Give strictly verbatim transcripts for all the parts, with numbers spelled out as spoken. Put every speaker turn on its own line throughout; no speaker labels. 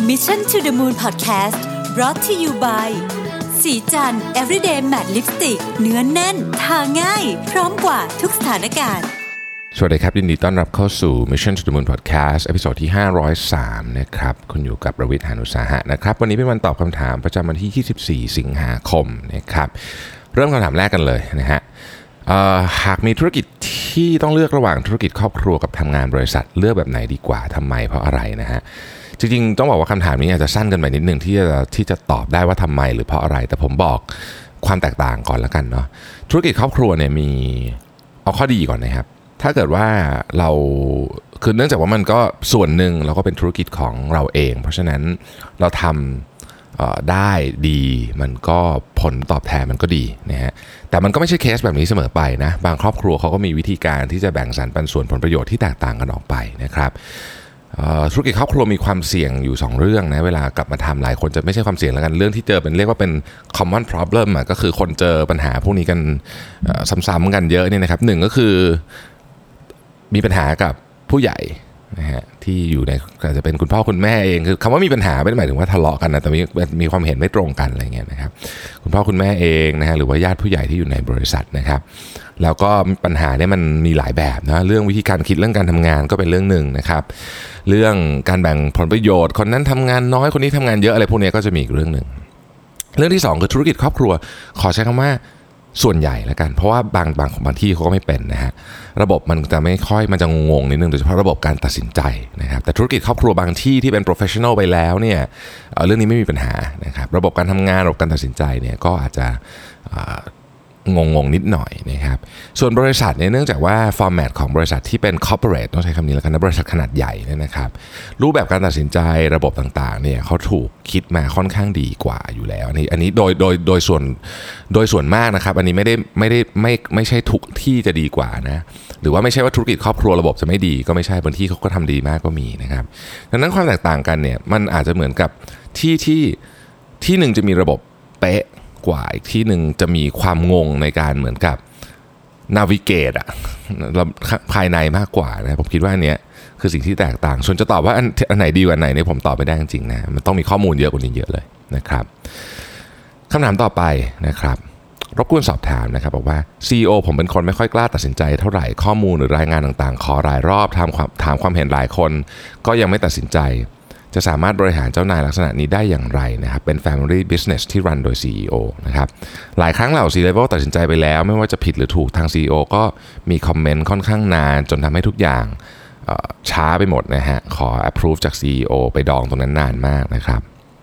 Mission to the Moon Podcast brought to you by สีจัน Everyday Matte Lipstick เนื้อนแน่นทาง่ายพร้อมกว่าทุกสถานการณ์
สวัสดีครับยินดีต้อนรับเข้าสู่ Mission to the Moon Podcast ตอนที่ห้าร้อยสามนะครับคุณอยู่กับประวิทย์ หาญอุตสาหะนะครับวันนี้เป็นวันตอบคำถามประจำวันที่ยี่สิบสี่สิงหาคมนะครับเริ่มคำถามแรกกันเลยนะฮะหากมีธุรกิจที่ต้องเลือกระหว่างธุรกิจครอบครัวกับทำงานบริษัทเลือกแบบไหนดีกว่าทำไมเพราะอะไรนะฮะจริงๆต้องบอกว่าคำถามนี้อาจจะสั้นกันไปนิดนึงที่จะที่จะตอบได้ว่าทำไมหรือเพราะอะไรแต่ผมบอกความแตกต่างก่อนแล้วกันเนาะธุรกิจครอบครัวเนี่ยมีเอาข้อดีก่อนนะครับถ้าเกิดว่าเราคือเนื่องจากว่ามันก็ส่วนหนึ่งเราก็เป็นธุรกิจของเราเองเพราะฉะนั้นเราทำได้ดีมันก็ผลตอบแทนมันก็ดีนะฮะแต่มันก็ไม่ใช่เคสแบบนี้เสมอไปนะบางครอบครัวเขาก็มีวิธีการที่จะแบ่งสรรปันส่วนผลประโยชน์ที่แตกต่างกันออกไปนะครับธุรกิจครอบครัวมีความเสี่ยงอยู่สองเรื่องนะเวลากลับมาทำหลายคนจะไม่ใช่ความเสี่ยงแล้วกันเรื่องที่เจอเป็นเรียกว่าเป็น common problem อ่ะก็คือคนเจอปัญหาพวกนี้กันซ้ำๆกันเยอะเนี่ยนะครับหนึ่งก็คือมีปัญหากับผู้ใหญ่นะฮะที่อยู่ในอาจจะเป็นคุณพ่อคุณแม่เองคือคำว่ามีปัญหาไม่ได้หมายถึงว่าทะเลาะกันนะแต่มีมีความเห็นไม่ตรงกันอะไรเงี้ยนะครับคุณพ่อคุณแม่เองนะฮะหรือว่าญาติผู้ใหญ่ที่อยู่ในบริษัทนะครับแล้วก็ปัญหาเนี่ยมันมีหลายแบบนะเรื่องวิธีการคิดเรื่องการทำงานก็เป็นเรื่องหนึ่งนะครับเรื่องการแบ่งผลประโยชน์คนนั้นทำงานน้อยคนนี้ทำงานเยอะอะไรพวกนี้ก็จะมีอีกเรื่องหนึ่งเรื่องที่สองคือธุรกิจครอบครัวขอใช้คำว่าส่วนใหญ่แล้วกันเพราะว่าบางบางบางที่เขาก็ไม่เป็นนะฮะระบบมันจะไม่ค่อยมันจะงงๆนิดนึงโดยเฉพาะระบบการตัดสินใจนะครับแต่ธุรกิจครอบครัวบางที่ที่เป็น professional ไปแล้วเนี่ยเรื่องนี้ไม่มีปัญหานะครับระบบการทำงานระบบการตัดสินใจเนี่ยก็อาจจะงงงนิดหน่อยนะครับส่วนบริษัทเนี่ยเนื่องจากว่าฟอร์แมตของบริษัทที่เป็น corporate ต้องใช้คำนี้แล้วกันนะบริษัทขนาดใหญ่เนี่ยนะครับรูปแบบการตัดสินใจระบบต่างๆเนี่ยเขาถูกคิดมาค่อนข้างดีกว่าอยู่แล้วอันนี้อันนี้โดยโดยโดยส่วนโดยส่วนมากนะครับอันนี้ไม่ได้ไม่ได้ไม่ไม่ใช่ทุกที่จะดีกว่านะหรือว่าไม่ใช่ว่าธุรกิจครอบครัวระบบจะไม่ดีก็ไม่ใช่บางที่เขาก็ทำดีมากก็มีนะครับดังนั้นความแตกต่างกันเนี่ยมันอาจจะเหมือนกับที่ที่ที่หนึ่งจะมีระบบเป๊ะกว่าอีกที่หนึ่งจะมีความงงในการเหมือนกับนาวิเกตอะภายในมากกว่านะผมคิดว่าอันเนี้ยคือสิ่งที่แตกต่างส่วนจะตอบว่าอันอันไหนดีกว่าไหนเนี่ยผมตอบไม่ได้จริงๆนะมันต้องมีข้อมูลเยอะกว่านี้เยอะเลยนะครับคำถามต่อไปนะครับรบกวนสอบถามนะครับบอกว่า ซี อี โอ ผมเป็นคนไม่ค่อยกล้าตัดสินใจเท่าไหร่ข้อมูลหรือรายงานต่างๆขอหลายรอบถามความถามความเห็นหลายคนก็ยังไม่ตัดสินใจจะสามารถบริหารเจ้านายลักษณะนี้ได้อย่างไรนะครับเป็น Family Business ที่รันโดย ซี อี โอ นะครับหลายครั้งเหล่า C-Level ตัดสินใจไปแล้วไม่ว่าจะผิดหรือถูกทาง ซี อี โอ ก็มีคอมเมนต์ค่อนข้างนานจนทำให้ทุกอย่างช้าไปหมดนะฮะขอ approve จาก ซี อี โอ ไปดองตรงนั้นนานมากนะครับ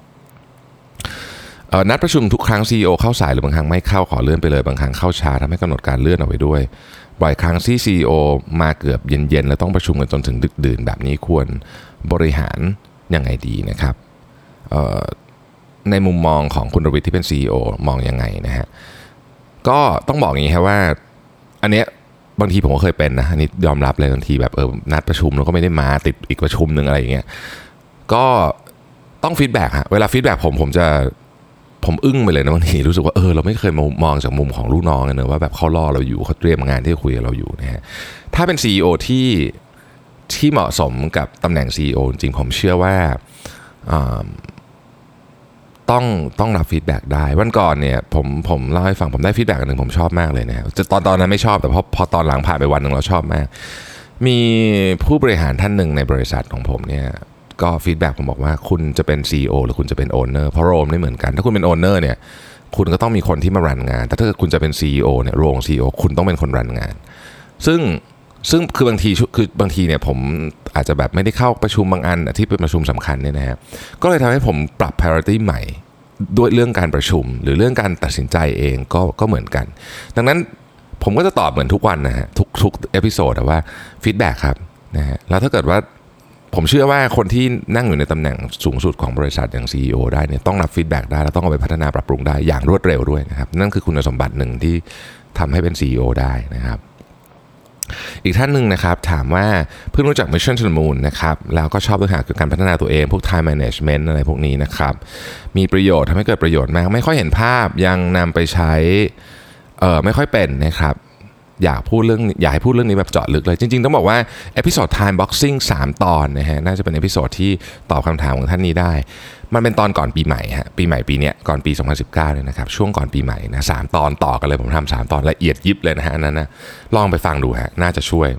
นัดประชุมทุกครั้ง ซี อี โอ เข้าสายหรือบางครั้งไม่เข้าขอเลื่อนไปเลยบางครั้งเข้าช้าทำให้กำหนดการเลื่อนออกไปด้วยบ่อยครั้งที่ ซี อี โอ มาเกือบเย็นๆแล้วต้องประชุมกันจนถึงดึกดื่นแบบนี้ควรบริหารยังไงดีนะครับในมุมมองของคุณรวิทย์ที่เป็น ซี อี โอ มองยังไงนะฮะก็ต้องบอกอย่างนี้ครับว่าอันเนี้ยบางทีผมก็เคยเป็นนะอันนี้ยอมรับเลยบางทีแบบเออนัดประชุมแล้วก็ไม่ได้มาติดอีกประชุมนึงอะไรอย่างเงี้ยก็ต้องฟีดแบ็กฮะเวลาฟีดแบ็กผมผมจะผมอึ้งไปเลยนะบางทีรู้สึกว่าเออเราไม่เคยมองจากมุมของลูกน้องเลยนะว่าแบบเขารอเราอยู่เขาเตรียมงานที่จะคุยกับเราอยู่นะฮะถ้าเป็น ซี อี โอ ที่ที่เหมาะสมกับตำแหน่ง ซี อี โอ จริงผมเชื่อว่าต้องต้องรับฟีดแบ็กได้วันก่อนเนี่ยผมผมเล่าให้ฟังผมได้ฟีดแบ็กอันหนึ่งผมชอบมากเลยนะจะตอนตอนนั้นไม่ชอบแต่พอพอตอนหลังผ่านไปวันหนึ่งเราชอบมากมีผู้บริหารท่านหนึ่งในบริษัทของผมเนี่ยก็ฟีดแบ็กผมบอกว่าคุณจะเป็น ซี อี โอ หรือคุณจะเป็นโอนเนอร์เพราะโรลไม่เหมือนกันถ้าคุณเป็นโอนเนอร์เนี่ยคุณก็ต้องมีคนที่มารันงานแต่ถ้าคุณจะเป็น ซี อี โอ เนี่ยโรง ซี อี โอ คุณต้องเป็นคนรันงานซึ่งซึ่งคือบางทีคือบางทีเนี่ยผมอาจจะแบบไม่ได้เข้าประชุมบางอันที่เป็นประชุมสำคัญเนี่ยนะฮะก็เลยทำให้ผมปรับ priority ใหม่ด้วยเรื่องการประชุมหรือเรื่องการตัดสินใจเองก็ก็เหมือนกันดังนั้นผมก็จะตอบเหมือนทุกวันนะฮะทุกทุกเอพิโซดว่า feedback ครับนะฮะแล้วถ้าเกิดว่าผมเชื่อว่าคนที่นั่งอยู่ในตำแหน่งสูงสุดของบริษัทอย่าง ซี อี โอ ได้เนี่ยต้องรับ feedback ได้แล้วต้องเอาไปพัฒนาปรับปรุงได้อย่างรวดเร็วด้วยนะครับนั่นคือคุณสมบัติหนึ่งที่ทำให้เป็น ซี อี โอ ได้นะครับอีกท่านหนึ่งนะครับถามว่าเพิ่งรู้จัก Mission to the Moon นะครับแล้วก็ชอบเรื่องเกี่ยวกับการพัฒนาตัวเองพวก time management อะไรพวกนี้นะครับมีประโยชน์ทำให้เกิดประโยชน์มากไม่ค่อยเห็นภาพยังนำไปใช้เอ่อไม่ค่อยเป็นนะครับอยากพูดเรื่องอยากให้พูดเรื่องนี้แบบเจาะลึกเลยจริงๆต้องบอกว่าเอพิโซด Time Boxing สามตอนนะฮะน่าจะเป็นเอพิโซดที่ตอบคำถามของท่านนี้ได้มันเป็นตอนก่อนปีใหม่ฮะปีใหม่ปีนี้ก่อนปีสองพันสิบเก้าเนี่ยนะครับช่วงก่อนปีใหม่นะสามตอนต่อกันเลยผมทำสามตอนละเอียดยิบเลยนะฮะนั้นนะลองไปฟังดูฮะน่าจะช่วย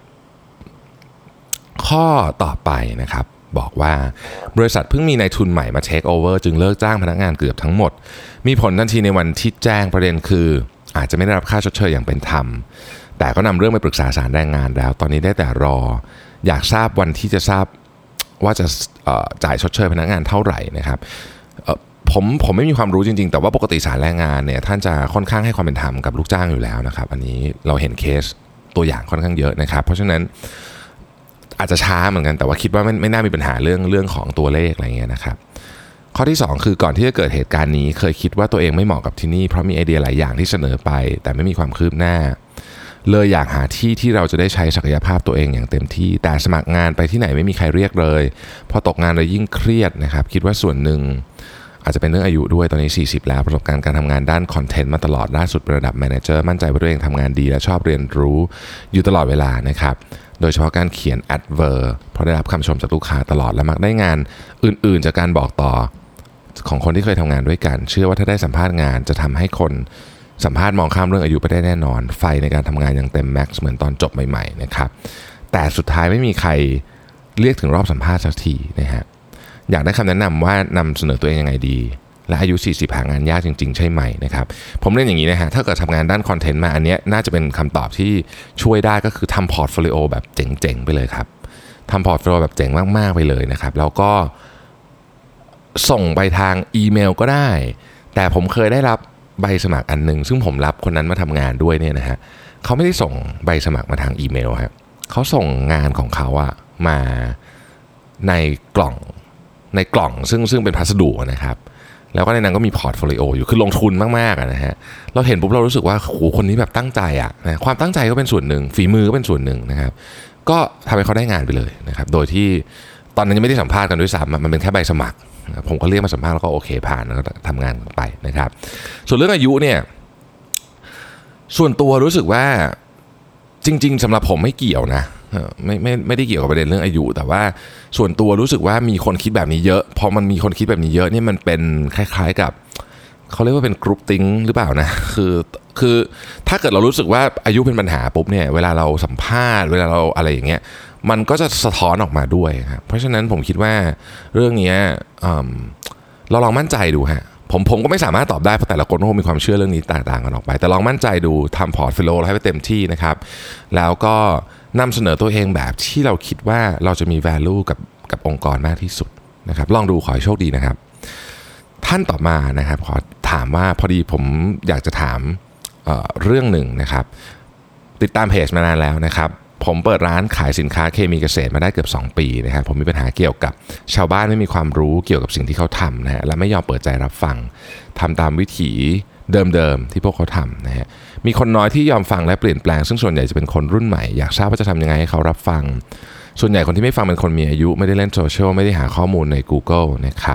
ข้อต่อไปนะครับบอกว่าบริษัทเพิ่งมีนายทุนใหม่มาเทคโอเวอร์จึงเลิกจ้างพนักงานเกือบทั้งหมดมีผลทันทีในวันที่แจ้งประเด็นคืออาจจะไม่ได้รับค่าชดเชยอย่างเป็นธรรมแต่ก็นำเรื่องไปปรึกษาศาลแรงงานแล้วตอนนี้ได้แต่รออยากทราบวันที่จะทราบว่าจะจ่ายชดเชยพนักงานเท่าไหร่นะครับผมผมไม่มีความรู้จริงๆแต่ว่าปกติศาลแรงงานเนี่ยท่านจะค่อนข้างให้ความเป็นธรรมกับลูกจ้างอยู่แล้วนะครับอันนี้เราเห็นเคสตัวอย่างค่อนข้างเยอะนะครับเพราะฉะนั้นอาจจะช้าเหมือนกันแต่ว่าคิดว่าไม่ไม่น่ามีปัญหาเรื่องเรื่องของตัวเลขอะไรเงี้ยนะครับข้อที่สองคือก่อนที่จะเกิดเหตุการณ์นี้เคยคิดว่าตัวเองไม่เหมาะกับที่นี่เพราะมีไอเดียหลายอย่างที่เสนอไปแต่ไม่มีความคืบหน้าเลยอยากหาที่ที่เราจะได้ใช้ศักยภาพตัวเองอย่างเต็มที่แต่สมัครงานไปที่ไหนไม่มีใครเรียกเลยพอตกงานเลยยิ่งเครียดนะครับคิดว่าส่วนหนึ่งอาจจะเป็นเรื่องอายุด้วยตอนนี้สี่สิบแล้วประสบการณ์การทำงานด้านคอนเทนต์มาตลอดล่าสุดเป็นระดับแมเนเจอร์มั่นใจว่าตัวเองทำงานดีและชอบเรียนรู้อยู่ตลอดเวลานะครับโดยเฉพาะการเขียน adverb เพราะได้รับคำชมจากลูกค้าตลอดและมักได้งานอื่นๆจากการบอกต่อของคนที่เคยทำงานด้วยกันเชื่อว่าถ้าได้สัมภาษณ์งานจะทำให้คนสัมภาษณ์มองข้ามเรื่องอายุไปได้แน่นอนไฟในการทำงานอย่างเต็มแม็กซ์เหมือนตอนจบใหม่ๆนะครับแต่สุดท้ายไม่มีใครเรียกถึงรอบสัมภาษณ์สักทีนะฮะอยากได้คำแนะนำว่านำเสนอตัวเองยังไงดีและอายุสี่สิบหางานยากจริงๆใช่ไหมนะครับผมเรียนอย่างนี้นะฮะถ้าเกิดทำงานด้านคอนเทนต์มาอันนี้น่าจะเป็นคำตอบที่ช่วยได้ก็คือทำพอร์ตโฟลิโอแบบเจ๋งๆไปเลยครับทำพอร์ตโฟลิโอแบบเจ๋งมากๆไปเลยนะครับแล้วก็ส่งไปทางอีเมลก็ได้แต่ผมเคยได้รับใบสมัครอันนึงซึ่งผมรับคนนั้นมาทำงานด้วยเนี่ยนะฮะเขาไม่ได้ส่งใบสมัครมาทางอีเมลครับเขาส่งงานของเขาอะมาในกล่องในกล่องซึ่งซึ่งเป็นพัสดุนะครับแล้วก็ในนั้นก็มีพอร์ตโฟลิโออยู่คือลงทุนมากๆนะฮะเราเห็นปุ๊บเรารู้สึกว่าโหคนนี้แบบตั้งใจอะนะความตั้งใจก็เป็นส่วนหนึ่งฝีมือก็เป็นส่วนหนึ่งนะครับก็ทำให้เขาได้งานไปเลยนะครับโดยที่ตอนนั้นยังไม่ได้สัมภาษณ์กันด้วยซ้ำมันเป็นแค่ใบสมัครผมก็เรียกมาสัมภาษณ์แล้วก็โอเคผ่านแล้วก็ทำงานไปนะครับส่วนเรื่องอายุเนี่ยส่วนตัวรู้สึกว่าจริงๆสำหรับผมไม่เกี่ยวนะไม่ไม่ไม่ได้เกี่ยวกับประเด็นเรื่องอายุแต่ว่าส่วนตัวรู้สึกว่ามีคนคิดแบบนี้เยอะพอมันมีคนคิดแบบนี้เยอะนี่มันเป็นคล้ายๆกับเขาเรียกว่าเป็นกรุ๊ปติ้งหรือเปล่านะคือคือถ้าเกิดเรารู้สึกว่าอายุเป็นปัญหาปุ๊บเนี่ยเวลาเราสัมภาษณ์เวลาเราอะไรอย่างเงี้ยมันก็จะสะท้อนออกมาด้วยครับเพราะฉะนั้นผมคิดว่าเรื่องนี้เราลองมั่นใจดูฮะผมผมก็ไม่สามารถตอบได้เพราะแต่ละคนก็คงมีความเชื่อเรื่องนี้ต่างๆกันออกไปแต่ลองมั่นใจดูทำพอร์ตโฟลิโอให้ไปเต็มที่นะครับแล้วก็นำเสนอตัวเองแบบที่เราคิดว่าเราจะมี value กับกับองค์กรมากที่สุดนะครับลองดูขอให้โชคดีนะครับท่านต่อมานะครับขอถามว่าพอดีผมอยากจะถาม เอ่อ เรื่องหนึ่งนะครับติดตามเพจมานานแล้วนะครับผมเปิดร้านขายสินค้าเคมีเกษตรมาได้เกือบสองปีนะครับผมมีปัญหาเกี่ยวกับชาวบ้านไม่มีความรู้เกี่ยวกับสิ่งที่เขาทำนะฮะและไม่ยอมเปิดใจรับฟังทำตามวิถีเดิมๆที่พวกเขาทำนะฮะมีคนน้อยที่ยอมฟังและเปลี่ยนแปลงซึ่งส่วนใหญ่จะเป็นคนรุ่นใหม่อยากทราบว่าจะทำยังไงให้เขารับฟังส่วนใหญ่คนที่ไม่ฟังเป็นคนมีอายุไม่ได้เล่นโซเชียลไม่ได้หาข้อมูลใน Google นะครับ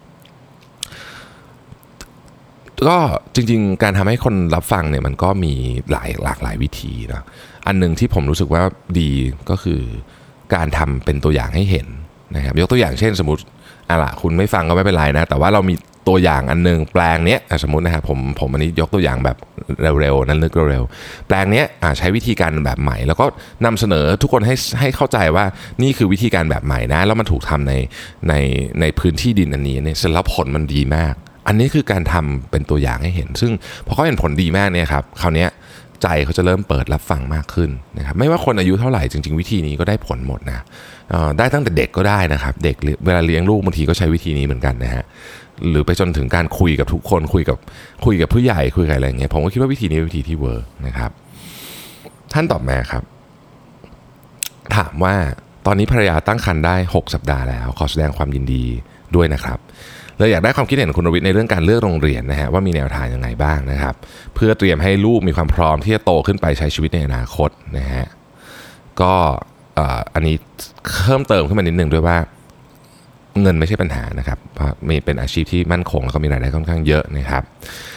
ก็จริงๆการทำให้คนรับฟังเนี่ยมันก็มีหลายหลากหลายวิธีนะอันนึงที่ผมรู้สึกว่าดีก็คือการทำเป็นตัวอย่างให้เห็นนะครับยกตัวอย่างเช่นสมมติอ่ะล่ะคุณไม่ฟังก็ไม่เป็นไรนะแต่ว่าเรามีตัวอย่างอันนึงแปลงเนี้ยสมมตินะครับผมผมอันนี้ยกตัวอย่างแบบเร็วๆนั้นนึกเร็วๆแปลงเนี้ยใช้วิธีการแบบใหม่แล้วก็นำเสนอทุกคนให้ให้เข้าใจว่านี่คือวิธีการแบบใหม่นะแล้วมันถูกทำในในในพื้นที่ดินอันนี้เนี่ยเสร็จแล้วผลมันดีมากอันนี้คือการทำเป็นตัวอย่างให้เห็นซึ่งพอเขาเห็นผลดีมากเนี่ยครับคราวนี้ใจเขาจะเริ่มเปิดรับฟังมากขึ้นนะครับไม่ว่าคนอายุเท่าไหร่จริงๆวิธีนี้ก็ได้ผลหมดนะได้ตั้งแต่เด็กก็ได้นะครับเด็กเวลาเลี้ยงลูกบางทีก็ใช้วิธีนี้เหมือนกันนะฮะหรือไปจนถึงการคุยกับทุกคนคุยกับคุยกับผู้ใหญ่คุยกับอะไรอย่างเงี้ยผมก็คิดว่าวิธีนี้เป็นวิธีที่เวิร์กนะครับท่านตอบมาครับถามว่าตอนนี้ภรรยาตั้งครรภ์ได้หกสัปดาห์แล้วขอแสดงความยินดีด้วยนะครับเลยอยากได้ความคิดเห็นของคุณรวิทย์ในเรื่องการเลือกโรงเรียนนะฮะว่ามีแนวทางยังไงบ้างนะครับเพื่อเตรียมให้ลูกมีความพร้อมที่จะโตขึ้นไปใช้ชีวิตในอนาคตนะฮะก็อันนี้เพิ่มเติมขึ้นมานิดนึงด้วยว่าเงินไม่ใช่ปัญหานะครับเพราะมีเป็นอาชีพที่มั่นคงแล้วก็มีรายได้ค่อนข้างเยอะนะครับ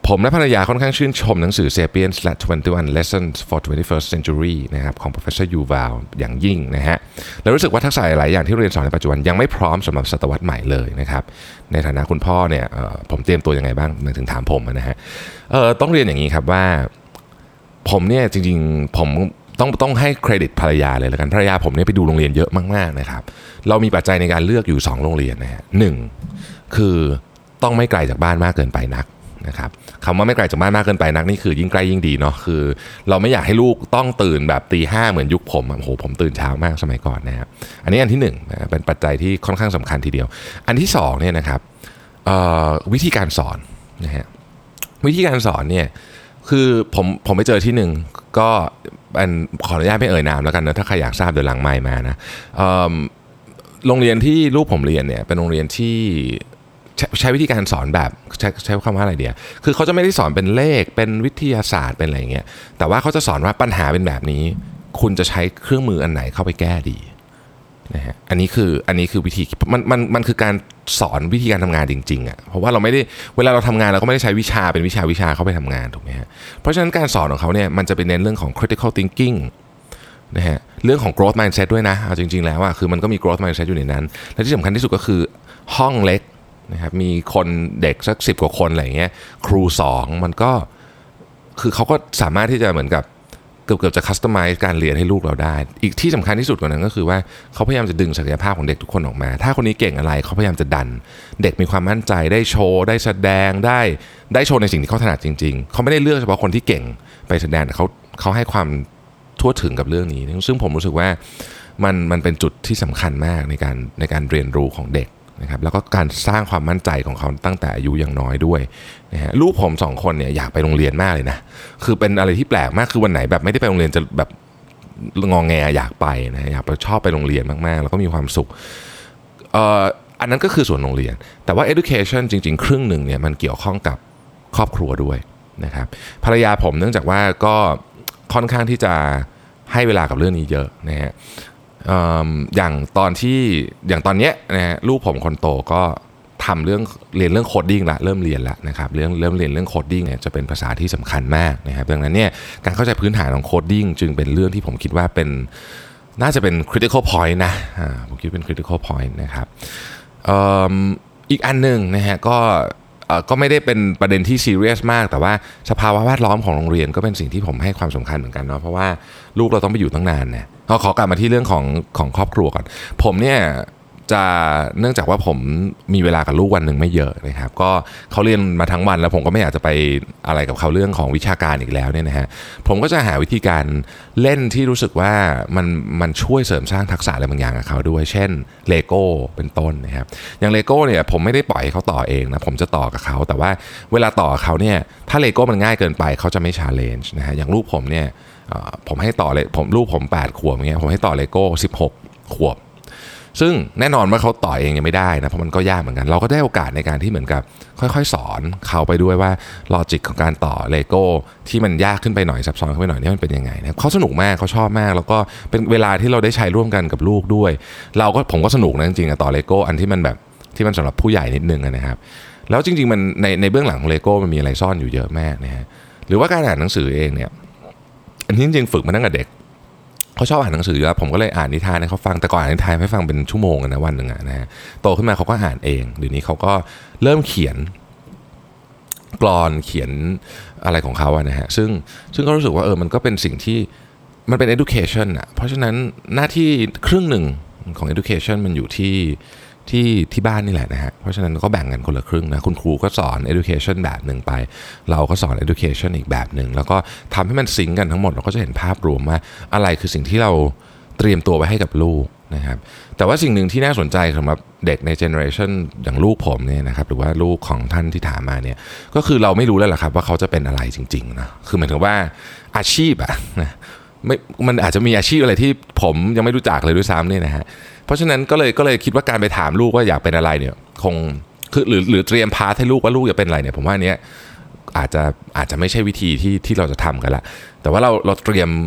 ผมและภรรยาค่อนข้างชื่นชมหนังสือ Sapiens และทเวนตี้วัน Lessons for twenty-first Century นะครับของ Professor Yuval อย่างยิ่งนะฮะแล้วรู้สึกว่าทักษะหลายอย่างที่เรียนสอนในปัจจุบันยังไม่พร้อมสำหรับศตวรรษใหม่เลยนะครับในฐานะคุณพ่อเนี่ยผมเตรียมตัวยังไงบ้างถึงถามผมนะฮะต้องเรียนอย่างนี้ครับว่าผมเนี่ยจริงๆผมต้องต้องให้เครดิตภรรยาเลยแล้วกันภรรยาผมเนี่ยไปดูโรงเรียนเยอะมากๆนะครับเรามีปัจจัยในการเลือกอยู่สองโรงเรียนนะฮะหนึ่งคือต้องไม่ไกลจากบ้านมากเกินไปนักนะครับคำว่าไม่ไกลจากบ้านมากเกินไปนักนี่คือยิ่งใกล้ยิ่งดีเนาะคือเราไม่อยากให้ลูกต้องตื่นแบบตีห้าเหมือนยุคผมโอ้โหผมตื่นเช้ามากสมัยก่อนนะครับอันนี้อันที่หนึ่งนะเป็นปัจจัยที่ค่อนข้างสำคัญทีเดียวอันที่สองเนี่ยนะครับวิธีการสอนนะฮะวิธีการสอนเนี่ยคือผมผมไปเจอที่หนึ่งก็อันขออนุญาตไม่เอ่ยนามแล้วกันนะถ้าใครอยากทราบเดี๋ยวหลังไมค์มานะโรงเรียนที่ลูกผมเรียนเนี่ยเป็นโรงเรียนที่ใช้วิธีการสอนแบบใช้ใช้คำว่าอะไรเดียวคือเขาจะไม่ได้สอนเป็นเลขเป็นวิทยาศาสตร์เป็นอะไรเงี้ยแต่ว่าเขาจะสอนว่าปัญหาเป็นแบบนี้คุณจะใช้เครื่องมืออันไหนเข้าไปแก้ดีนะฮะอันนี้คืออันนี้คือวิธีมันมันมันคือการสอนวิธีการทำงานจริงๆอ่ะเพราะว่าเราไม่ได้เวลาเราทำงานเราก็ไม่ได้ใช้วิชาเป็นวิชาวิชาเข้าไปทำงานถูกไหมฮะเพราะฉะนั้นการสอนของเขาเนี่ยมันจะเป็นเน้นเรื่องของ critical thinking นะฮะเรื่องของ growth mindset ด้วยนะเอาจริงๆแล้วอ่ะคือมันก็มี growth mindset อยู่ในนั้นและที่สำคัญที่สุดก็คือห้องเล็กนะครับมีคนเด็กสักสิบกว่าคนอะไรอย่างเงี้ยครูสองมันก็คือเขาก็สามารถที่จะเหมือนกับเกือบๆจะคัสตอมไมซ์การเรียนให้ลูกเราได้อีกที่สำคัญที่สุดกว่านั้นก็คือว่าเขาพยายามจะดึงศักยภาพของเด็กทุกคนออกมาถ้าคนนี้เก่งอะไรเขาพยายามจะดันเด็กมีความมั่นใจได้โชว์ได้แสดงได้ได้โชว์ในสิ่งที่เขาถนัดจริงๆเขาไม่ได้เลือกเฉพาะคนที่เก่งไปแสดงแต่เขาเขาให้ความทั่วถึงกับเรื่องนี้ซึ่งผมรู้สึกว่ามันมันเป็นจุดที่สำคัญมากในการในการเรียนรู้ของเด็กนะครับแล้วก็การสร้างความมั่นใจของเขาตั้งแต่อายุยังน้อยด้วยนะฮะลูกผมสองคนเนี่ยอยากไปโรงเรียนมากเลยนะคือเป็นอะไรที่แปลกมากคือวันไหนแบบไม่ได้ไปโรงเรียนจะแบบงอแงอยากไปนะอยากไปชอบไปโรงเรียนมากๆแล้วก็มีความสุขเอ่ออันนั้นก็คือส่วนโรงเรียนแต่ว่า education จริงๆครึ่งหนึ่งเนี่ยมันเกี่ยวข้องกับครอบครัวด้วยนะครับภรรยาผมเนื่องจากว่าก็ค่อนข้างที่จะให้เวลากับเรื่องนี้เยอะนะฮะอย่างตอนที่อย่างตอนเนี้ยนะฮะลูกผมคนโตก็ทำเรื่องเรียนเรื่องโคดดิ้งละเริ่มเรียนละนะครับเรื่องเริ่มเรียนเรื่องโคดดิ้งเนี่ยจะเป็นภาษาที่สำคัญมากนะครับดังนั้นเนี่ยการเข้าใจพื้นฐานของโคดดิ้งจึงเป็นเรื่องที่ผมคิดว่าเป็นน่าจะเป็น critical point นะผมคิดเป็น critical point นะครับ อ, อีกอันหนึ่งนะฮะก็ก็ไม่ได้เป็นประเด็นที่ซีเรียสมากแต่ว่าสภาวะแวดล้อมของโรงเรียนก็เป็นสิ่งที่ผมให้ความสำคัญเหมือนกันเนาะเพราะว่าลูกเราต้องไปอยู่ตั้งนานเนี่ยเราขอกลับมาที่เรื่องของของครอบครัวก่อนผมเนี่ยจะเนื่องจากว่าผมมีเวลากับลูกวันหนึ่งไม่เยอะนะครับก็เขาเรียนมาทั้งวันแล้วผมก็ไม่อยากจะไปอะไรกับเขาเรื่องของวิชาการอีกแล้วเนี่ยนะฮะผมก็จะหาวิธีการเล่นที่รู้สึกว่ามันมันช่วยเสริมสร้างทักษะอะไรบางอย่างกับเขาด้วยเช่นเลโก้เป็นต้นนะครับอย่างเลโก้เนี่ยผมไม่ได้ปล่อยให้เขาต่อเองนะผมจะต่อกับเขาแต่ว่าเวลาต่อเขาเนี่ยถ้าเลโก้มันง่ายเกินไปเขาจะไม่ challenge นะฮะอย่างลูกผมเนี่ยผมให้ต่อเลยผมลูกผมแปดขวบอย่างเงี้ยผมให้ต่อเลโก้สิบหกขวบซึ่งแน่นอนว่าเขาต่อเองยังไม่ได้นะเพราะมันก็ยากเหมือนกันเราก็ได้โอกาสในการที่เหมือนกับค่อยๆสอนเขาไปด้วยว่าลอจิกของการต่อเลโก้ที่มันยากขึ้นไปหน่อยซับซ้อนขึ้นไปหน่อยนี่มันเป็นยังไงนะเขาสนุกมากเขาชอบมากแล้วก็เป็นเวลาที่เราได้ใช้ร่วมกันกับลูกด้วยเราก็ผมก็สนุกนะจริงๆต่อเลโก้อันที่มันแบบที่มันสำหรับผู้ใหญ่นิดนึงนะครับแล้วจริงๆมันในในเบื้องหลังของเลโก้มันมีอะไรซ่อนอยู่เยอะมากนะฮะหรือว่าการอ่านหนังสือเองเนี่ยอันนี้จริงๆฝึกมาตั้งแต่เด็กเขาชอบอ่านหนังสือแล้วผมก็เลยอ่านนิทานให้เขาฟังแต่ก่อนอ่านนิทานให้ฟังเป็นชั่วโมงนะวันหนึ่งนะฮะโตขึ้นมาเขาก็อ่านเองเดี๋ยวนี้เขาก็เริ่มเขียนกลอนเขียนอะไรของเขาอะนะฮะซึ่งซึ่งก็รู้สึกว่าเออมันก็เป็นสิ่งที่มันเป็น education อะเพราะฉะนั้นหน้าที่ครึ่งหนึ่งของ education มันอยู่ที่ที่ที่บ้านนี่แหละนะฮะเพราะฉะนั้นก็แบ่งกันคนละครึ่งนะคุณครูก็สอน education แบบหนึ่งไปเราก็สอน education อีกแบบหนึ่งแล้วก็ทำให้มันซิงค์กันทั้งหมดเราก็จะเห็นภาพรวมว่าอะไรคือสิ่งที่เราเตรียมตัวไว้ให้กับลูกนะครับแต่ว่าสิ่งหนึ่งที่น่าสนใจสำหรับเด็กในเจเนอเรชันอย่างลูกผมเนี่ยนะครับหรือว่าลูกของท่านที่ถามมาเนี่ยก็คือเราไม่รู้แล้วล่ะครับว่าเขาจะเป็นอะไรจริงๆนะคือหมายถึงว่าอาชีพอะนะไม่มันอาจจะมีอาชีพอะไรที่ผมยังไม่รู้จักเลยด้วยซ้ำเนี่ยนะฮะเพราะฉะนั้นก็เลยก็เลยคิดว่าการไปถามลูกว่าอยากเป็นอะไรเนี่ยคงคือหรือหรือเตรียมพาให้ลูกว่าลูกจะเป็นอะไรเนี่ยผมว่าเนี้ยอาจจะอาจจะไม่ใช่วิธีที่ที่เราจะทำกันละแต่ว่าเราเราเตรียม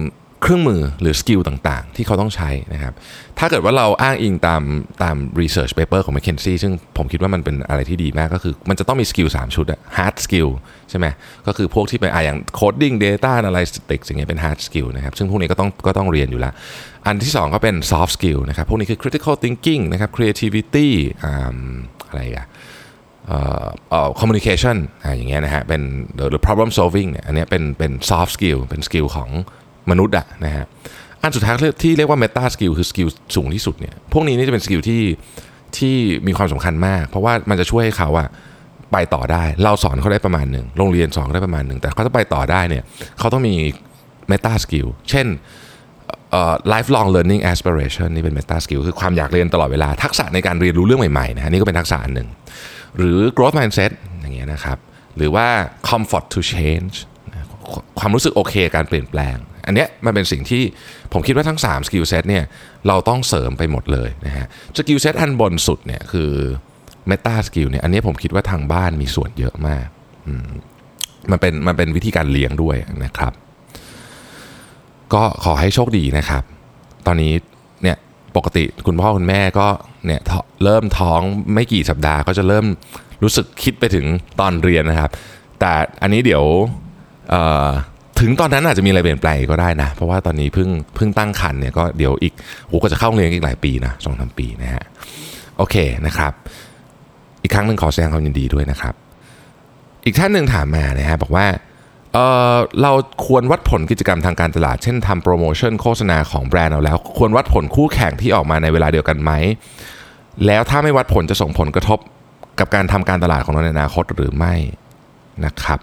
เครื่องมือหรือสกิลต่างๆที่เขาต้องใช้นะครับถ้าเกิดว่าเราอ้างอิงตามตาม research paper ของ McKinsey ซึ่งผมคิดว่ามันเป็นอะไรที่ดีมากก็คือมันจะต้องมีสกิลสามชุดอะ hard skill ใช่ไหมก็คือพวกที่เป็นอ่ะอย่าง coding data analytics อย่างเงี้ยเป็น hard skill นะครับซึ่งพวกนี้ก็ต้องก็ต้องเรียนอยู่แล้วอันที่สองก็เป็น soft skill นะครับพวกนี้คือ critical thinking นะครับ creativity อ่าอะไรอะเอ่อเอ่อ communication อ่าอย่างเงี้ยนะฮะเป็น the problem solving เนี่ยอันเนี้ยเป็นเป็น soft skill เป็นสกิลของมนุษย์อะนะฮะอันสุดท้ายที่เรียกว่า meta skill คือสกิลสูงที่สุดเนี่ยพวกนี้นี่จะเป็นสกิลที่ที่มีความสำคัญมากเพราะว่ามันจะช่วยให้เขาอะไปต่อได้เราสอนเขาได้ประมาณหนึ่งโรงเรียนสอนได้ประมาณหนึ่งแต่เขาจะไปต่อได้เนี่ยเขาต้องมี meta skill เช่นเอ่อ lifelong learning aspiration นี่เป็น meta skill คือความอยากเรียนตลอดเวลาทักษะในการเรียนรู้เรื่องใหม่ๆนะฮะนี่ก็เป็นทักษะอันหนึ่งหรือ growth mindset อย่างเงี้ยนะครับหรือว่า comfort to change ความรู้สึกโอเคการเปลี่ยนแปลงอันเนี้ยมันเป็นสิ่งที่ผมคิดว่าทั้งสาม skill set เนี่ยเราต้องเสริมไปหมดเลยนะฮะ skill set อันบนสุดเนี่ยคือ meta skill เนี่ยอันนี้ผมคิดว่าทางบ้านมีส่วนเยอะมากมันเป็นมันเป็นวิธีการเลี้ยงด้วยนะครับก็ขอให้โชคดีนะครับตอนนี้เนี่ยปกติคุณพ่อคุณแม่ก็เนี่ยเริ่มท้องไม่กี่สัปดาห์ก็จะเริ่มรู้สึกคิดไปถึงตอนเรียนนะครับแต่อันนี้เดี๋ยวถึงตอนนั้นอาจจะมีอะไรเปลี่ยนแปลงก็ได้นะเพราะว่าตอนนี้เพิ่งเพิ่งตั้งครรภ์เนี่ยก็เดี๋ยวอีกโอ้ก็จะเข้าเรียนอีกหลายปีนะสองสามปีนะฮะโอเคนะครับอีกครั้งหนึ่งขอแสดงความยินดีด้วยนะครับอีกท่านหนึ่งถามมานะฮะบอกว่าเออเราควรวัดผลกิจกรรมทางการตลาดเช่นทำโปรโมชั่นโฆษณาของแบรนด์เราแล้วควรวัดผลคู่แข่งที่ออกมาในเวลาเดียวกันไหมแล้วถ้าไม่วัดผลจะส่งผลกระทบกับการทำการตลาดของเราในอนาคตหรือไม่นะครับ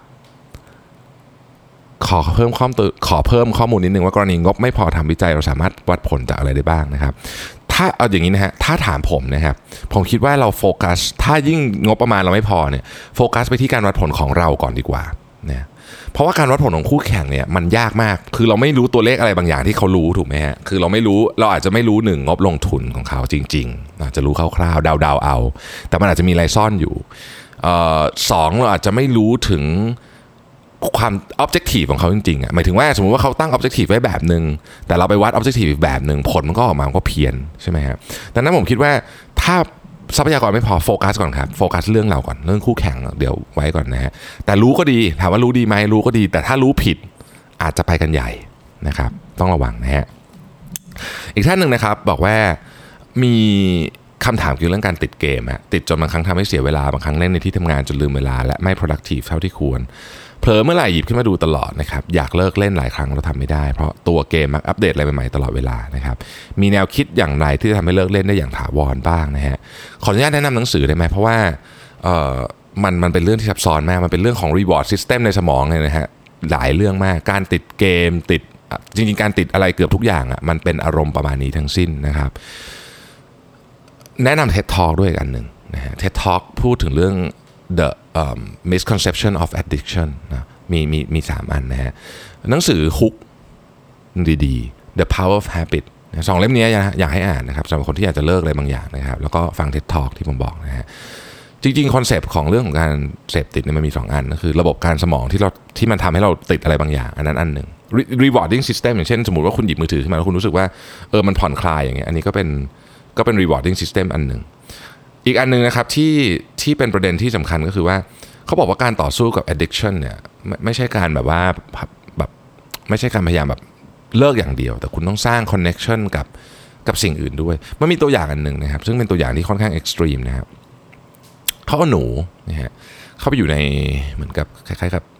ขอเพิ่มข้อมูลขอเพิ่มข้อมูลนิดนึงว่ากรณีงบไม่พอทำวิจัยเราสามารถวัดผลจากอะไรได้บ้างนะครับถ้าเอาอย่างนี้นะฮะถ้าถามผมนะครับผมคิดว่าเราโฟกัสถ้ายิ่งงบประมาณเราไม่พอเนี่ยโฟกัสไปที่การวัดผลของเราก่อนดีกว่านะเพราะว่าการวัดผลของคู่แข่งเนี่ยมันยากมากคือเราไม่รู้ตัวเลขอะไรบางอย่างที่เขารู้ถูกไหมฮะคือเราไม่รู้เราอาจจะไม่รู้หนึ่งงบลงทุนของเขาจริงๆอาจจะรู้คร่าวๆเดาๆเอาแต่มันอาจจะมีอะไรซ่อนอยู่เอ่อสองเราอาจจะไม่รู้ถึงความ objective ของเขาจริงๆอ่ะหมายถึงว่าสมมติว่าเขาตั้ง objective ไว้แบบนึงแต่เราไปวัด objective อีกแบบนึงผลมันก็ออกมามันก็เพี้ยนใช่ไหมครับดังนั้นผมคิดว่าถ้าทรัพยากรไม่พอโฟกัสก่อนครับโฟกัสเรื่องเราก่อนเรื่องคู่แข่งเดี๋ยวไว้ก่อนนะฮะแต่รู้ก็ดีถามว่ารู้ดีไหมรู้ก็ดีแต่ถ้ารู้ผิดอาจจะไปกันใหญ่นะครับต้องระวังนะฮะอีกท่านหนึ่งนะครับบอกว่ามีคำถามเกี่ยวกับเรื่องการติดเกมอะติดจนบางครั้งทำให้เสียเวลาบางครั้งเล่นในที่ทำงานจนลืมเวลาและไม่ productive เท่าที่ควรเผลอเมื่อไหร่หยิบขึ้นมาดูตลอดนะครับอยากเลิกเล่นหลายครั้งเราทำไม่ได้เพราะตัวเกมมักอัปเดตอะไรใหม่ๆตลอดเวลานะครับมีแนวคิดอย่างไรที่จะทำให้เลิกเล่นได้อย่างถาวรบ้างนะฮะขออนุญาตแนะนำหนังสือได้ไหมเพราะว่าเอ่อมันมันเป็นเรื่องที่ซับซ้อนมากมันเป็นเรื่องของ reward system ในสมองเลยนะฮะหลายเรื่องมากการติดเกมติดจริงๆการติดอะไรเกือบทุกอย่างอ่ะมันเป็นอารมณ์ประมาณนี้ทั้งสิ้นนะครับแนะนำ TED Talk ด้วยอันหนึ่งนะฮะ TED Talk พูดถึงเรื่อง the um, misconception of addiction นะมีมีมีสามอันนะฮะหนังสือฮุกดีๆ The Power of Habit สองเล่มนี้อยากให้อ่านนะครับสำหรับคนที่อยากจะเลิกอะไรบางอย่างนะครับแล้วก็ฟัง TED Talk ที่ผมบอกนะฮะจริงๆคอนเซปต์ของเรื่องของการเสพติดเนี่ยมันมีสองอันก็คือระบบการสมองที่เราที่มันทำให้เราติดอะไรบางอย่างอันนั้นอันหนึ่ง rewarding system อย่างเช่นสมมุติว่าคุณหยิบมือถือขึ้นมาแล้วคุณรู้สึกว่าเออมันผ่อนคลายอย่างเงี้ยอันนี้ก็เป็นก็เป็น rewarding system อันหนึ่งอีกอันนึงนะครับที่ที่เป็นประเด็นที่สำคัญก็คือว่าเขาบอกว่าการต่อสู้กับ addiction เนี่ยไม่ไม่ใช่การแบบว่าแบบไม่ใช่การพยายามแบบเลิกอย่างเดียวแต่คุณต้องสร้าง connection กับกับสิ่งอื่นด้วยมันมีตัวอย่างอันนึงนะครับซึ่งเป็นตัวอย่างที่ค่อนข้าง extreme นะครับเขาเอาหนูนะฮะเข้าไปอยู่ในเหมือนกับคล้ายๆกับ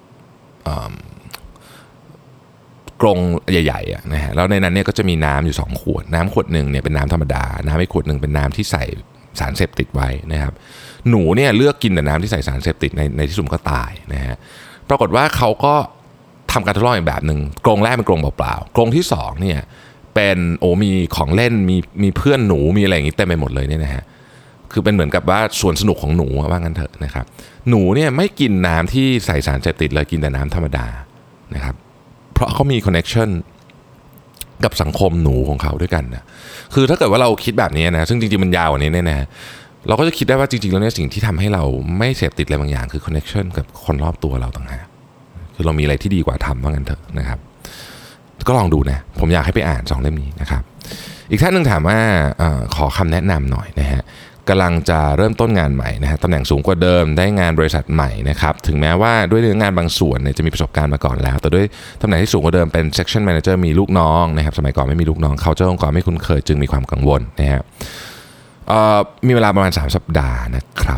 กรงใหญ่ๆนะฮะแล้วในนั้นเนี่ยก็จะมีน้ำอยู่สองขวดน้ำขวดหนึ่งเนี่ยเป็นน้ำธรรมดาน้ำอีกขวดหนึ่งเป็นน้ำที่ใส่สารเสพติดไว้นะครับหนูเนี่ยเลือกกินแต่น้ำที่ใส่สารเสพติดในในที่สุดก็ตายนะฮะปรากฏว่าเขาก็ทำการทดลองอีกแบบหนึ่งกรงแรกเป็นกรงเปล่าๆกรงที่สองเนี่ยเป็นโอ้มีของเล่นมีมีเพื่อนหนูมีอะไรอย่างนี้เต็มไปหมดเลยเนี่ยนะฮะคือเป็นเหมือนกับว่าส่วนสนุกของหนูว่างั้นเถอะนะครับหนูเนี่ยไม่กินน้ำที่ใส่สารเสพติดเลยกินแต่น้ำธรรมดานะครับเพราะเขามีคอนเนคชั่นกับสังคมหนูของเขาด้วยกันนะคือถ้าเกิดว่าเราคิดแบบนี้นะซึ่งจริงๆมันยาวกว่านี้แน่ๆเราก็จะคิดได้ว่าจริงๆแล้วเนี่ยสิ่งที่ทำให้เราไม่เสพติดอะไรบางอย่างคือคอนเนคชั่นกับคนรอบตัวเราต่างหากคือเรามีอะไรที่ดีกว่าทำว่างั้นเถอะนะครับก็ลองดูนะผมอยากให้ไปอ่านสองเล่มนี้นะครับอีกท่านนึงถามว่าขอคำแนะนำหน่อยนะฮะกำลังจะเริ่มต้นงานใหม่นะฮะตำแหน่งสูงกว่าเดิมได้งานบริษัทใหม่นะครับถึงแม้ว่าด้วยเรื่องงานบางส่วนเนี่ยจะมีประสบการณ์มาก่อนแล้วแต่ด้วยตำแหน่งที่สูงกว่าเดิมเป็น section manager มีลูกน้องนะครับสมัยก่อนไม่มีลูกน้อง culture องค์กรไม่คุ้นเคยจึงมีความกังวลนะฮะมีเวลาประมาณสามสัปดาห์นะครับ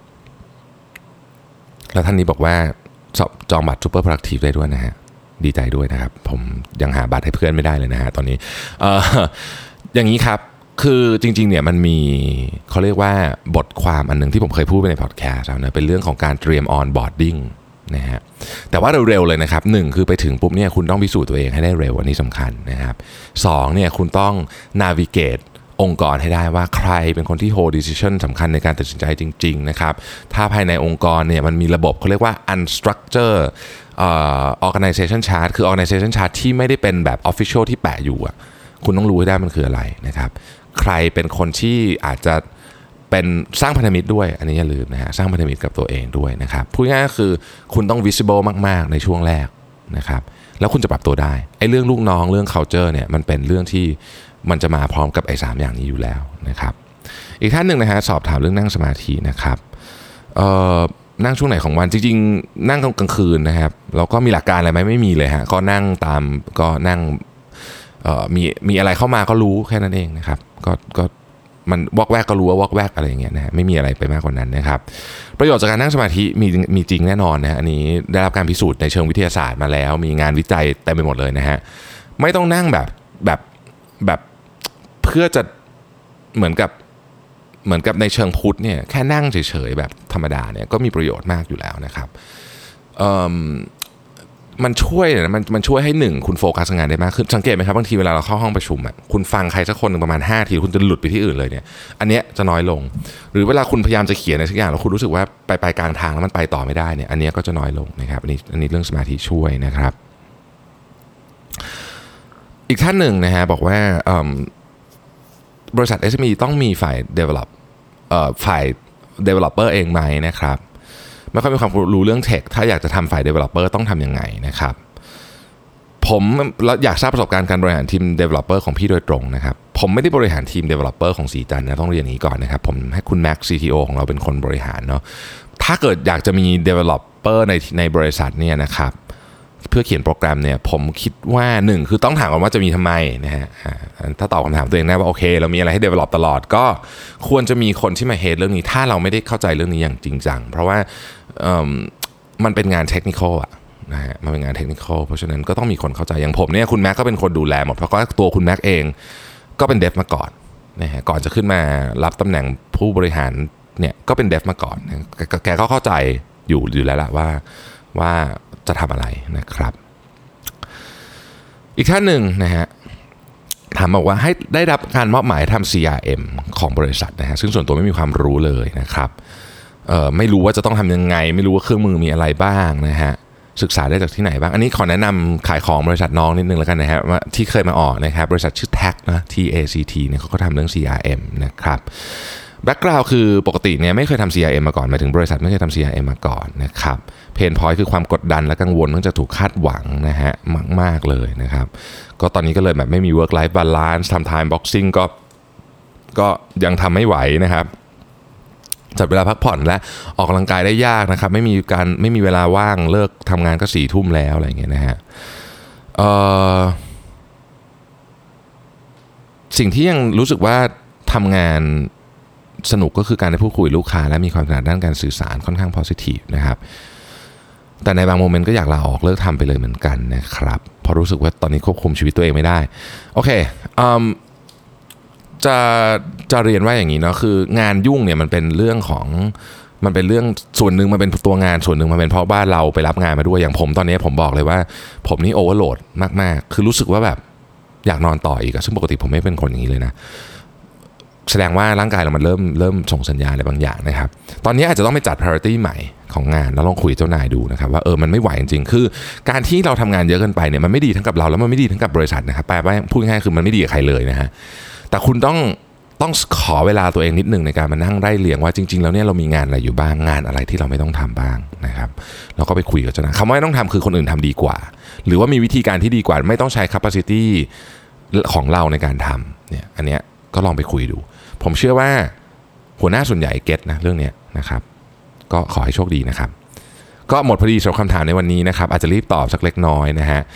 แล้วท่านนี้บอกว่าจองบัตร super productive ได้ด้วยนะฮะดีใจด้วยนะครับผมยังหาบัตรให้เพื่อนไม่ได้เลยนะฮะตอนนี้เอ่ออย่างนี้ครับคือจริงๆเนี่ยมันมีเขาเรียกว่าบทความอันนึงที่ผมเคยพูดไปในพอดแคสต์แล้วนะเป็นเรื่องของการเตรียมออนบอร์ดดิ้งนะฮะแต่ว่าเร็วๆเลยนะครับหนึ่งคือไปถึงปุ๊บเนี่ยคุณต้องพิสูจน์ตัวเองให้ได้เร็วอันนี้สำคัญนะครับสองเนี่ยคุณต้อง navigate องค์กรให้ได้ว่าใครเป็นคนที่ hold decision สำคัญในการตัดสินใจจริงๆนะครับถ้าภายในองค์กรเนี่ยมันมีระบบเขาเรียกว่า unstructured เอ่อ organization chart คือ organization chart ที่ไม่ได้เป็นแบบ official ที่แปะอยู่อ่ะคุณต้องรู้ให้ได้มันคืออะไรนะครับใครเป็นคนที่อาจจะเป็นสร้างพันธมิตรด้วยอันนี้อย่าลืมนะฮะสร้างพันธมิตรกับตัวเองด้วยนะครับพูดง่ายๆคือคุณต้อง visible มากๆในช่วงแรกนะครับแล้วคุณจะปรับตัวได้ไอ้เรื่องลูกน้องเรื่อง culture เนี่ยมันเป็นเรื่องที่มันจะมาพร้อมกับไอ้สามอย่างนี้อยู่แล้วนะครับอีกท่านหนึ่งนะฮะสอบถามเรื่องนั่งสมาธินะครับเอ่อนั่งช่วงไหนของวันจริงๆนั่งกลางคืนนะครับแล้วก็มีหลักการอะไรไหมไม่มีเลยฮะก็นั่งตามก็นั่งเอ่อมีมีอะไรเข้ามาก็รู้แค่นั้นเองนะครับก็ก็มันวอกแวกก็รู้ว่าวอกแวกอะไรอย่างเงี้ยนะฮะไม่มีอะไรไปมากกว่านั้นนะครับประโยชน์จากการนั่งสมาธิมีมีจริงแน่นอนนะอันนี้ได้รับการพิสูจน์ในเชิงวิทยาศาสตร์มาแล้วมีงานวิจัยเต็มไปหมดเลยนะฮะไม่ต้องนั่งแบบแบบแบบเพื่อจะเหมือนกับเหมือนกับในเชิงพุทธเนี่ยแค่นั่งเฉยๆแบบธรรมดาเนี่ยก็มีประโยชน์มากอยู่แล้วนะครับมันช่วยนะมันมันช่วยให้หนึ่งคุณโฟกัสงานได้มากขึ้นสังเกตไหมครับบางทีเวลาเราเข้าห้องประชุมอ่ะคุณฟังใครสักคนนึงประมาณห้าทีคุณจะหลุดไปที่อื่นเลยเนี่ยอันเนี้ยจะน้อยลงหรือเวลาคุณพยายามจะเขียนอะไรสักอย่างแล้วคุณรู้สึกว่าไปไปกลางทางแล้วมันไปต่อไม่ได้เนี่ยอันเนี้ยก็จะน้อยลงนะครับอันนี้อันนี้เรื่องสมาธิช่วยนะครับอีกท่านหนึ่งนะฮะบอกว่าบริษัท เอส เอ็ม อี ต้องมีฝ่าย develop เอ่อฝ่าย developer เองไหมนะครับไม่ค่อยมีความรู้เรื่องเทคถ้าอยากจะทำฝ่าย developer ต้องทำยังไงนะครับผมอยากทราบประสบการณ์การบริหารทีม developer ของพี่โดยตรงนะครับผมไม่ได้บริหารทีม developer ของสีจันทร์นะต้องเรียนอย่างนี้ก่อนนะครับผมให้คุณแม็กซ์ ซี ที โอ ของเราเป็นคนบริหารเนาะถ้าเกิดอยากจะมี developer ในในบริษัทเนี่ยนะครับเพื่อเขียนโปรแกรมเนี่ยผมคิดว่าหนึ่งคือต้องถามก่อนว่าจะมีทำไมนะฮะถ้าตอบคำถามตัวเองได้ว่าโอเคเรามีอะไรให้ develop ตลอดก็ควรจะมีคนที่มา head เรื่องนี้ถ้าเราไม่ได้เข้าใจเรื่องนี้อย่างจริงจังเพราะว่ามันเป็นงานเทคนิคอลอะนะฮะมันเป็นงานเทคนิคอลเพราะฉะนั้นก็ต้องมีคนเข้าใจอย่างผมเนี่ยคุณแม็กก็เป็นคนดูแลหมดเพราะว่าตัวคุณแม็กเองก็เป็นเดฟมาก่อนนะฮะก่อนจะขึ้นมารับตำแหน่งผู้บริหารเนี่ยก็เป็นเดฟมาก่อนแกก็เข้าใจอยู่อยู่แล้วล่ะว่าว่าจะทำอะไรนะครับอีกท่านหนึ่งนะฮะถามบอกว่าให้ได้รับการมอบหมายทำ ซี อาร์ เอ็ม ของบริษัทนะฮะซึ่งส่วนตัวไม่มีความรู้เลยนะครับเอ่อไม่รู้ว่าจะต้องทำยังไงไม่รู้ว่าเครื่องมือมีอะไรบ้างนะฮะศึกษาได้จากที่ไหนบ้างอันนี้ขอแนะนำขายของบริษัทน้องนิดนึงแล้วกันนะฮะว่าที่เคยมาออกนะครับบริษัทชื่อ ที เอ ซี นะ ที เอ ซี ที เนี่ยเขาก็ทำเรื่อง ซี อาร์ เอ็ม นะครับแบ็คกราวด์คือปกติเนี่ยไม่เคยทำ ซี อาร์ เอ็ม มาก่อนหมายถึงบริษัทไม่เคยทำ ซี อาร์ เอ็ม มาก่อนนะครับเพนพอยต์คือความกดดันและกังวลเนื่องจากถูกคาดหวังนะฮะมากๆเลยนะครับก็ตอนนี้ก็เลยแบบไม่มี work life balance ทำ time boxing ก็ก็ยังทำไม่ไหวนะครับจัดเวลาพักผ่อนและออกกำลังกายได้ยากนะครับไม่มีการไม่มีเวลาว่างเลิกทำงานก็สี่ทุ่มแล้วอะไรอย่างเงี้ยนะฮะเอ่อสิ่งที่ยังรู้สึกว่าทำงานสนุกก็คือการได้พูดคุยลูกค้าและมีความถนัดด้านการสื่อสารค่อนข้าง positive นะครับแต่ในบางโมเมนต์ก็อยากลาออกเลิกทำไปเลยเหมือนกันนะครับเพราะรู้สึกว่าตอนนี้ควบคุมชีวิตตัวเองไม่ได้โอเคอืมจะจะเรียนว่าอย่างนี้เนาะคืองานยุ่งเนี่ยมันเป็นเรื่องของมันเป็นเรื่องส่วนหนึ่งมันเป็นตัวงานส่วนหนึ่งมันเป็นเพราะว่าเราไปรับงานมาด้วยอย่างผมตอนนี้ผมบอกเลยว่าผมนี่โอเวอร์โหลดมากๆคือรู้สึกว่าแบบอยากนอนต่ออีกซึ่งปกติผมไม่เป็นคนอย่างนี้เลยนะแสดงว่าร่างกายเรามันเริ่มเริ่มส่งสัญญาณอะไรบางอย่างนะครับตอนนี้อาจจะต้องไปจัด priority ใหม่ของงานแล้วลองคุยเจ้านายดูนะครับว่าเออมันไม่ไหวจริงๆคือการที่เราทำงานเยอะเกินไปเนี่ยมันไม่ดีทั้งกับเราแล้วมันไม่ดีทั้งกับบริษัทนะครับแปลว่าพูดง่ายๆคือมันไม่ดีกับใครเลยนะฮะแต่คุณต้องต้องขอเวลาตัวเองนิดนึงในการมานั่งไล่เรียงว่าจริงๆแล้วเนี่ยเรามีงานอะไรอยู่บ้างงานอะไรที่เราไม่ต้องทำบ้างนะครับแล้วก็ไปคุยกับเจ้านายคำว่าไม่ต้องทำคือคนอื่นทำดีกว่าหรือว่ามีวิธีการที่ดีกว่าไม่ต้องใช้ capacity ของเราในการทำเนี่ยอันเนี้ยก็ลองไปคุยดูผมเชื่อว่าหัวหน้าส่วนใหญ่เก็ตนะเรื่องนี้นะครับก็ขอให้โชคดีนะครับก็หมดพอดีสำหรับคำถามในวันนี้นะครับอาจจะรีบตอบสักเล็กน้อยนะฮะ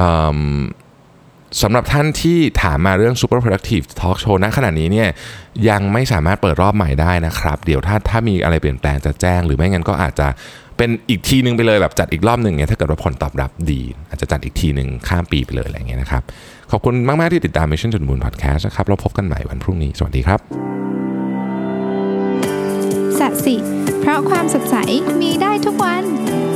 สำหรับท่านที่ถามมาเรื่อง Super Productive Talk Show ณขณะนี้เนี่ยยังไม่สามารถเปิดรอบใหม่ได้นะครับเดี๋ยวถ้าถ้ามีอะไรเปลี่ยนแปลงจะแจ้งหรือไม่งั้นก็อาจจะเป็นอีกทีนึงไปเลยแบบจัดอีกรอบหนึ่งเนี่ยถ้าเกิดว่าผลตอบรับดีอาจจะจัดอีกทีนึงข้ามปีไปเลยอะไรอย่างเงี้ยนะครับขอบคุณมากๆที่ติดตาม Mission to the Moon Podcast นะครับเราพบกันใหม่วันพรุ่งนี้สวัสดีครับ
สัสิเพราะความสดใสมีได้ทุกวัน